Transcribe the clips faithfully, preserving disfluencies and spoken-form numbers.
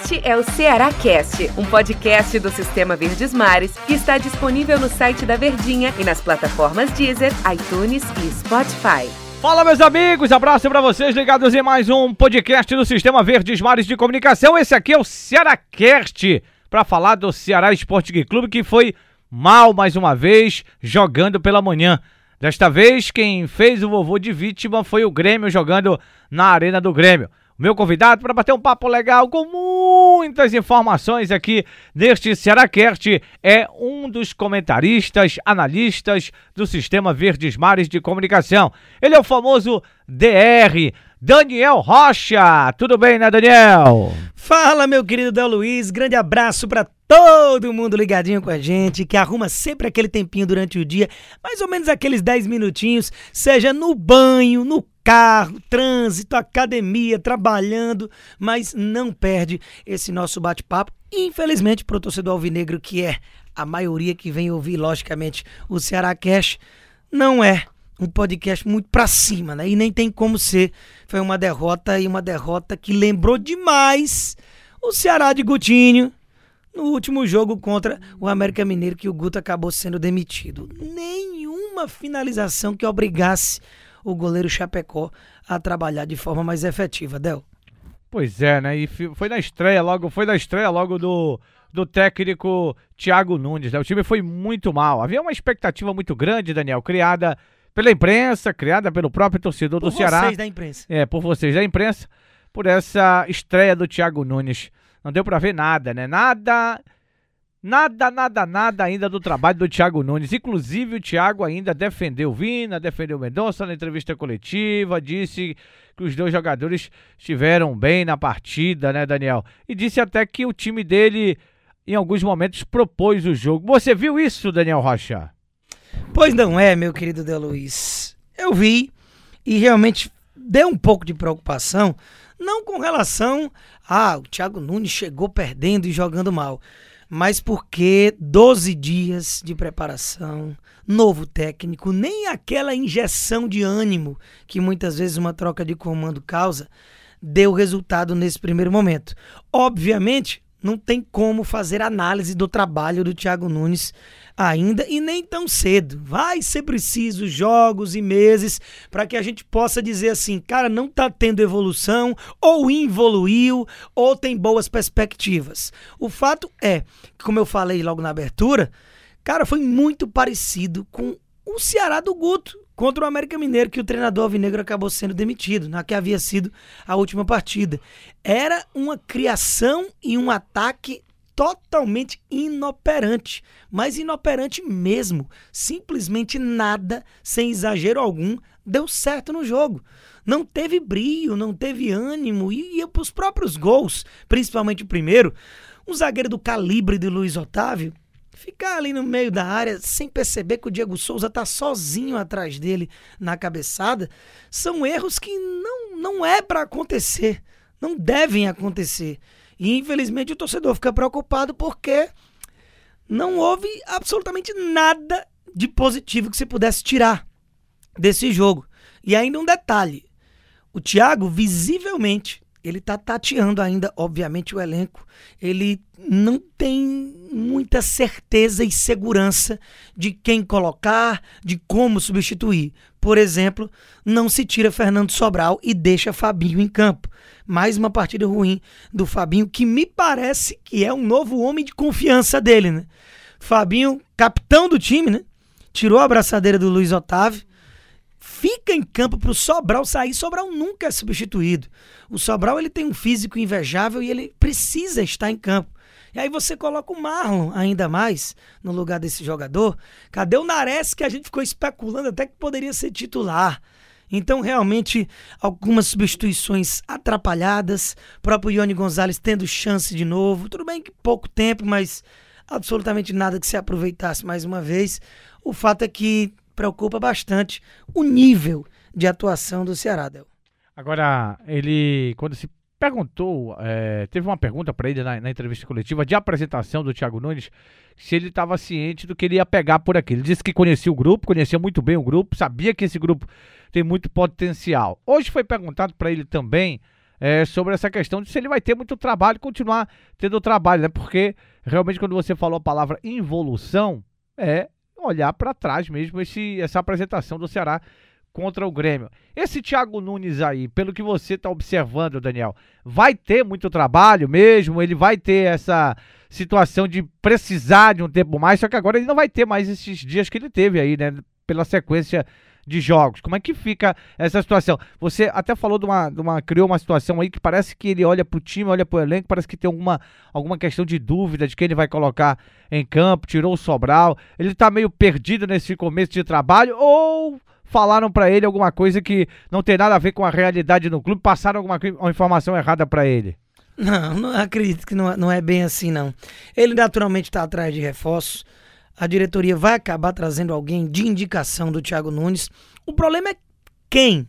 Este é o Ceará Cast, um podcast do Sistema Verdes Mares que está disponível no site da Verdinha e nas plataformas Deezer, iTunes e Spotify. Fala, meus amigos, abraço pra vocês ligados em mais um podcast do Sistema Verdes Mares de Comunicação. Esse aqui é o Ceará Cast, pra falar do Ceará Esporte Clube, que foi mal mais uma vez, jogando pela manhã. Desta vez, quem fez o vovô de vítima foi o Grêmio, jogando na Arena do Grêmio. O meu convidado para bater um papo legal com muitas informações aqui neste CearáCast é um dos comentaristas, analistas do Sistema Verdes Mares de Comunicação. Ele é o famoso D R, Daniel Rocha. Tudo bem, né, Daniel? Fala, meu querido Del Luiz. Grande abraço para todo mundo ligadinho com a gente, que arruma sempre aquele tempinho durante o dia, mais ou menos aqueles dez minutinhos, seja no banho, no carro, trânsito, academia, trabalhando, mas não perde esse nosso bate-papo. Infelizmente, pro torcedor alvinegro, que é a maioria que vem ouvir, logicamente, o CearáCast, não é um podcast muito pra cima, né? E nem tem como ser. Foi uma derrota, e uma derrota que lembrou demais o Ceará de Gutinho no último jogo contra o América Mineiro, que o Guto acabou sendo demitido. Nenhuma finalização que obrigasse o goleiro Chapecó a trabalhar de forma mais efetiva, Del. Pois é, né? E foi na estreia logo, foi na estreia logo do, do técnico Thiago Nunes, né? O time foi muito mal. Havia uma expectativa muito grande, Daniel, criada pela imprensa, criada pelo próprio torcedor do Ceará. Por vocês da imprensa. É, por vocês da imprensa, por essa estreia do Thiago Nunes. Não deu pra ver nada, né? Nada... Nada, nada, nada ainda do trabalho do Thiago Nunes. Inclusive o Thiago ainda defendeu Vina, defendeu Mendonça na entrevista coletiva, disse que os dois jogadores estiveram bem na partida, né, Daniel? E disse até que o time dele, em alguns momentos, propôs o jogo. Você viu isso, Daniel Rocha? Pois não é, meu querido Del Luiz. Eu vi e realmente deu um pouco de preocupação, não com relação a ah, o Thiago Nunes chegou perdendo e jogando mal, mas porque doze dias de preparação, novo técnico, nem aquela injeção de ânimo que muitas vezes uma troca de comando causa, deu resultado nesse primeiro momento. Obviamente, não tem como fazer análise do trabalho do Thiago Nunes ainda e nem tão cedo. Vai ser preciso jogos e meses para que a gente possa dizer assim, cara, não tá tendo evolução, ou evoluiu, ou tem boas perspectivas. O fato é, como eu falei logo na abertura, cara, foi muito parecido com o Ceará do Guto contra o América Mineiro, que o treinador alvinegro acabou sendo demitido, na que havia sido a última partida. Era uma criação e um ataque totalmente inoperante, mas inoperante mesmo. Simplesmente nada, sem exagero algum, deu certo no jogo. Não teve brilho, não teve ânimo, e ia para os próprios gols, principalmente o primeiro. Um zagueiro do calibre de Luiz Otávio, ficar ali no meio da área sem perceber que o Diego Souza tá sozinho atrás dele na cabeçada, são erros que não, não é para acontecer, não devem acontecer. E infelizmente o torcedor fica preocupado porque não houve absolutamente nada de positivo que você pudesse tirar desse jogo. E ainda um detalhe, o Thiago visivelmente, ele tá tateando ainda, obviamente, o elenco. Ele não tem muita certeza e segurança de quem colocar, de como substituir. Por exemplo, não se tira Fernando Sobral e deixa Fabinho em campo. Mais uma partida ruim do Fabinho, que me parece que é um novo homem de confiança dele, né? Fabinho, capitão do time, né? Tirou a abraçadeira do Luiz Otávio, fica em campo para o Sobral sair. Sobral nunca é substituído. O Sobral, ele tem um físico invejável e ele precisa estar em campo. E aí você coloca o Marlon ainda mais no lugar desse jogador. Cadê o Nares, que a gente ficou especulando até que poderia ser titular? Então, realmente, algumas substituições atrapalhadas. O próprio Ione Gonzalez tendo chance de novo. Tudo bem que pouco tempo, mas absolutamente nada que se aproveitasse mais uma vez. O fato é que preocupa bastante o nível de atuação do Ceará, Del. Agora, ele, quando se perguntou, é, teve uma pergunta para ele na, na entrevista coletiva de apresentação do Thiago Nunes, se ele estava ciente do que ele ia pegar por aqui. Ele disse que conhecia o grupo, conhecia muito bem o grupo, sabia que esse grupo tem muito potencial. Hoje foi perguntado para ele também é, sobre essa questão de se ele vai ter muito trabalho, continuar tendo trabalho, né? Porque realmente quando você falou a palavra involução, é olhar para trás mesmo esse, essa apresentação do Ceará contra o Grêmio. Esse Thiago Nunes aí, pelo que você está observando, Daniel, vai ter muito trabalho mesmo? Ele vai ter essa situação de precisar de um tempo mais, só que agora ele não vai ter mais esses dias que ele teve aí, né? Pela sequência de jogos. Como é que fica essa situação? Você até falou de uma, de uma criou uma situação aí que parece que ele olha pro time, olha pro elenco, parece que tem alguma, alguma questão de dúvida de quem ele vai colocar em campo, tirou o Sobral, ele tá meio perdido nesse começo de trabalho, ou falaram pra ele alguma coisa que não tem nada a ver com a realidade no clube, passaram alguma uma informação errada pra ele? Não, não acredito que não, não é bem assim, não. Ele naturalmente está atrás de reforços. A diretoria vai acabar trazendo alguém de indicação do Thiago Nunes. O problema é quem,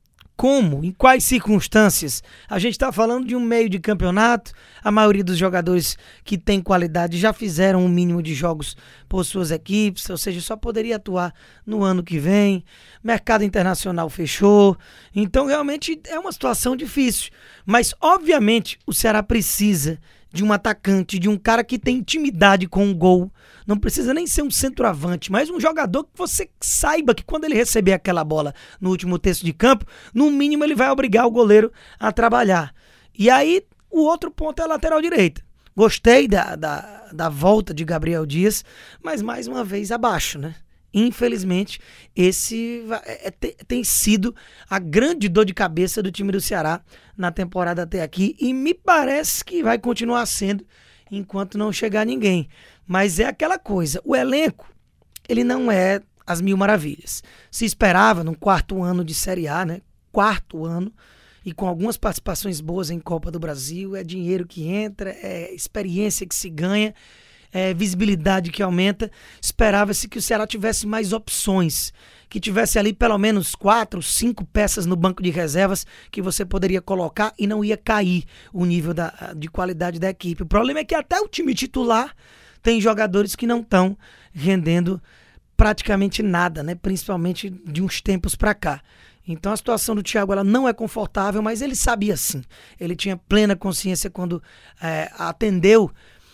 como, em quais circunstâncias. A gente está falando de um meio de campeonato. A maioria dos jogadores que tem qualidade já fizeram um mínimo de jogos por suas equipes, ou seja, só poderia atuar no ano que vem. Mercado internacional fechou. Então, realmente, é uma situação difícil. Mas, obviamente, o Ceará precisa de um atacante, de um cara que tem intimidade com o gol. Não precisa nem ser um centroavante, mas um jogador que você saiba que quando ele receber aquela bola no último terço de campo, no mínimo ele vai obrigar o goleiro a trabalhar. E aí, o outro ponto é a lateral direita. Gostei da, da, da volta de Gabriel Dias, mas mais uma vez abaixo, né? Infelizmente, esse é, é, tem sido a grande dor de cabeça do time do Ceará na temporada até aqui e me parece que vai continuar sendo enquanto não chegar ninguém. Mas é aquela coisa, o elenco, ele não é as mil maravilhas. Se esperava num quarto ano de Série A, né? Quarto ano, e com algumas participações boas em Copa do Brasil, é dinheiro que entra, é experiência que se ganha, é visibilidade que aumenta. Esperava-se que o Ceará tivesse mais opções, que tivesse ali pelo menos quatro, cinco peças no banco de reservas que você poderia colocar e não ia cair o nível da, de qualidade da equipe. O problema é que até o time titular tem jogadores que não estão rendendo praticamente nada, né? Principalmente de uns tempos para cá. Então a situação do Thiago ela não é confortável, mas ele sabia sim. Ele tinha plena consciência quando é, atendeu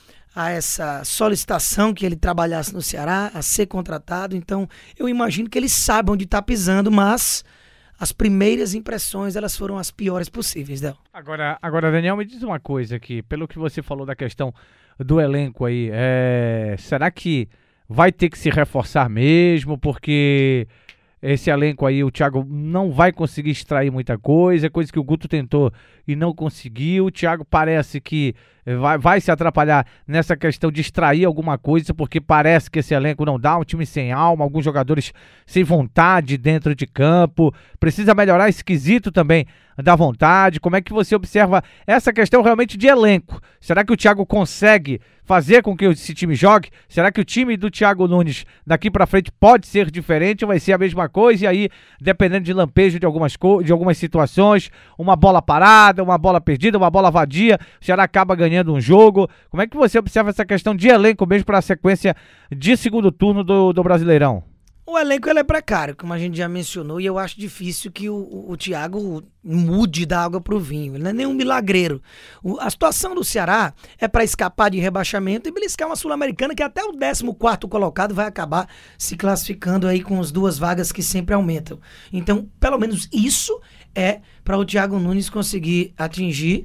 a essa solicitação que ele trabalhasse no Ceará, a ser contratado. Então eu imagino que ele sabe onde está pisando, mas as primeiras impressões elas foram as piores possíveis, Del. Agora, agora, Daniel, me diz uma coisa aqui, pelo que você falou da questão do elenco aí, é, será que vai ter que se reforçar mesmo, porque esse elenco aí, o Thiago não vai conseguir extrair muita coisa, coisa que o Guto tentou e não conseguiu. O Thiago parece que vai, vai se atrapalhar nessa questão de extrair alguma coisa, porque parece que esse elenco não dá, um time sem alma, alguns jogadores sem vontade dentro de campo. Precisa melhorar esse quesito também da vontade. Como é que você observa essa questão realmente de elenco? Será que o Thiago consegue fazer com que esse time jogue? Será que o time do Thiago Nunes daqui pra frente pode ser diferente ou vai ser a mesma coisa? E aí, dependendo de lampejo de algumas, co- de algumas situações, uma bola parada, uma bola perdida, uma bola vadia, o Ceará acaba ganhando um jogo. Como é que você observa essa questão de elenco mesmo para a sequência de segundo turno do, do Brasileirão? O elenco ele é precário, como a gente já mencionou, e eu acho difícil que o, o, o Thiago mude da água pro vinho. Ele não é nenhum milagreiro. O, a situação do Ceará é para escapar de rebaixamento e beliscar uma Sul-Americana que até o décimo quarto colocado vai acabar se classificando aí com as duas vagas que sempre aumentam. Então, pelo menos isso é para o Thiago Nunes conseguir atingir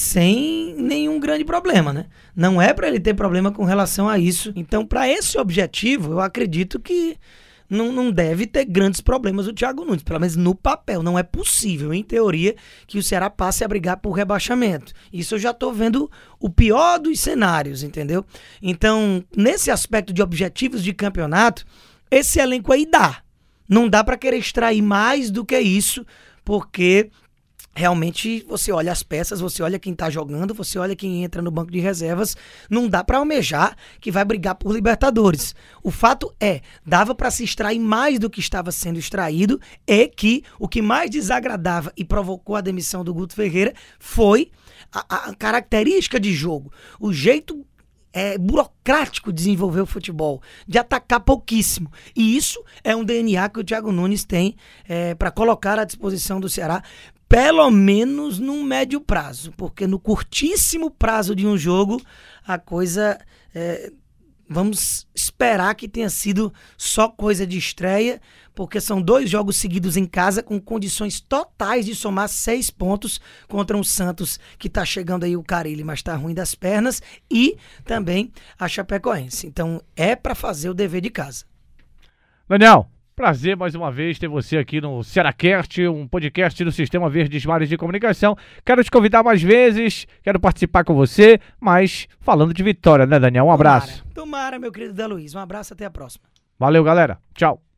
sem nenhum grande problema, né? Não é para ele ter problema com relação a isso. Então, para esse objetivo, eu acredito que Não, não deve ter grandes problemas o Thiago Nunes, pelo menos no papel. Não é possível, em teoria, que o Ceará passe a brigar por rebaixamento. Isso eu já estou vendo o pior dos cenários, entendeu? Então, nesse aspecto de objetivos de campeonato, esse elenco aí dá. Não dá para querer extrair mais do que isso, porque realmente você olha as peças, você olha quem tá jogando, você olha quem entra no banco de reservas, não dá pra almejar que vai brigar por Libertadores. O fato é, dava pra se extrair mais do que estava sendo extraído, é que o que mais desagradava e provocou a demissão do Guto Ferreira foi a, a característica de jogo, o jeito É burocrático desenvolver o futebol, de atacar pouquíssimo. E isso é um D N A que o Thiago Nunes tem é, para colocar à disposição do Ceará, pelo menos num médio prazo, porque no curtíssimo prazo de um jogo, a coisa, é, vamos esperar que tenha sido só coisa de estreia, porque são dois jogos seguidos em casa com condições totais de somar seis pontos contra um Santos que tá chegando aí o Carille, mas tá ruim das pernas, e também a Chapecoense. Então é para fazer o dever de casa. Daniel, prazer mais uma vez ter você aqui no Cearacast, um podcast do Sistema Verdes Mares de Comunicação. Quero te convidar mais vezes, quero participar com você, mas falando de vitória, né, Daniel? Um abraço. Tomara, tomara, meu querido Zé Luiz. Um abraço, até a próxima. Valeu, galera. Tchau.